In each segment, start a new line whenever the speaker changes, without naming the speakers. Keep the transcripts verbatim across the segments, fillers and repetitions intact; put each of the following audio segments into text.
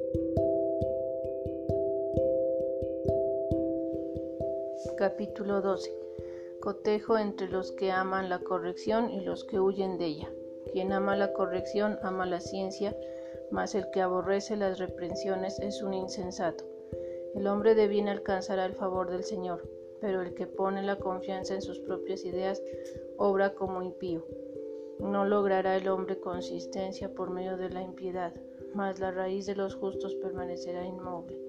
Capítulo doce. Cotejo entre los que aman la corrección y los que huyen de ella. Quien ama la corrección ama la ciencia, mas el que aborrece las reprensiones es un insensato. El hombre de bien alcanzará el favor del Señor, pero el que pone la confianza en sus propias ideas obra como impío. No logrará el hombre consistencia por medio de la impiedad, mas la raíz de los justos permanecerá inmóvil.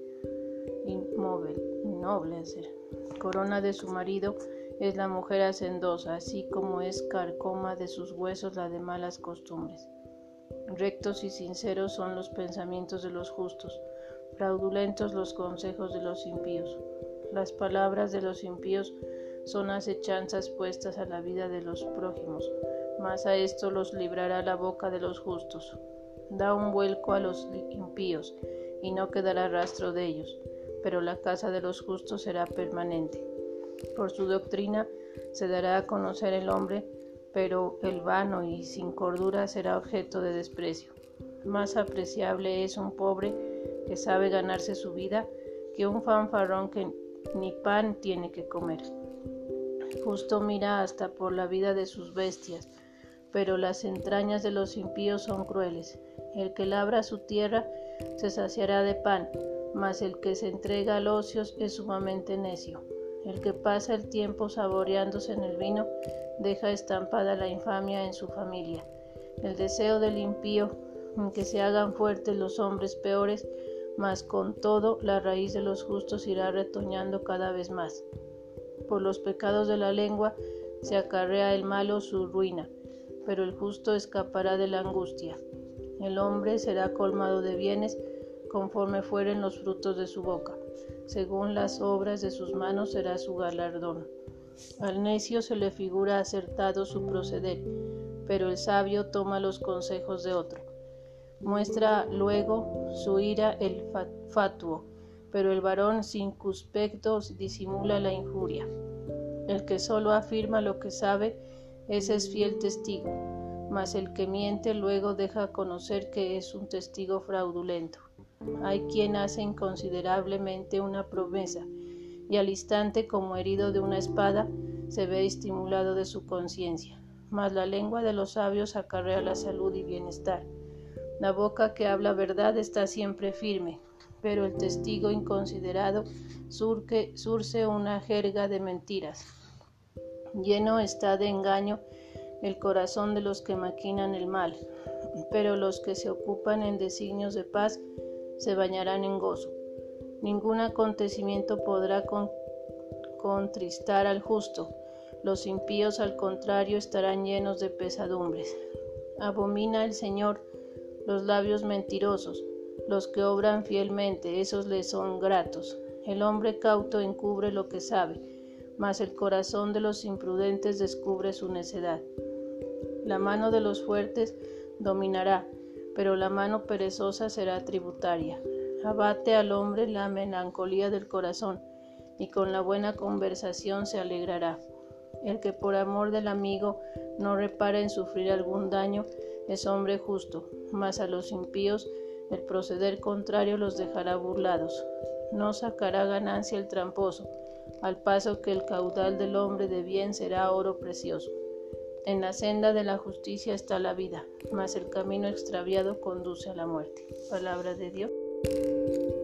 Inmóvil, innoble hacer. Corona de su marido es la mujer hacendosa, así como es carcoma de sus huesos la de malas costumbres. Rectos y sinceros son los pensamientos de los justos, fraudulentos los consejos de los impíos. Las palabras de los impíos son acechanzas puestas a la vida de los prójimos, mas a esto los librará la boca de los justos. Da un vuelco a los impíos, y no quedará rastro de ellos, pero la casa de los justos será permanente. Por su doctrina se dará a conocer el hombre, pero el vano y sin cordura será objeto de desprecio. Más apreciable es un pobre que sabe ganarse su vida que un fanfarrón que ni pan tiene que comer. Justo mira hasta por la vida de sus bestias, pero las entrañas de los impíos son crueles. El que labra su tierra se saciará de pan, mas el que se entrega al ocio es sumamente necio. El que pasa el tiempo saboreándose en el vino deja estampada la infamia en su familia. El deseo del impío en que se hagan fuertes los hombres peores, mas con todo la raíz de los justos irá retoñando cada vez más. Por los pecados de la lengua se acarrea el malo su ruina, pero el justo escapará de la angustia. El hombre será colmado de bienes conforme fueren los frutos de su boca. Según las obras de sus manos será su galardón. Al necio se le figura acertado su proceder, pero el sabio toma los consejos de otro. Muestra luego su ira el fatuo, pero el varón circunspecto disimula la injuria. El que solo afirma lo que sabe, ese es fiel testigo, mas el que miente luego deja conocer que es un testigo fraudulento. Hay quien hace inconsiderablemente una promesa, y al instante, como herido de una espada, se ve estimulado de su conciencia. Mas la lengua de los sabios acarrea la salud y bienestar. La boca que habla verdad está siempre firme, pero el testigo inconsiderado surque, surce una jerga de mentiras. Lleno está de engaño el corazón de los que maquinan el mal, pero los que se ocupan en designios de paz se bañarán en gozo. Ningún acontecimiento podrá con, contristar al justo. Los impíos, al contrario, estarán llenos de pesadumbres. Abomina el Señor los labios mentirosos. Los que obran fielmente, esos les son gratos. El hombre cauto encubre lo que sabe, mas el corazón de los imprudentes descubre su necedad. La mano de los fuertes dominará, pero la mano perezosa será tributaria. Abate al hombre la melancolía del corazón, y con la buena conversación se alegrará. El que por amor del amigo no repara en sufrir algún daño es hombre justo, mas a los impíos el proceder contrario los dejará burlados. No sacará ganancia el tramposo, al paso que el caudal del hombre de bien será oro precioso. En la senda de la justicia está la vida, mas el camino extraviado conduce a la muerte. Palabra de Dios.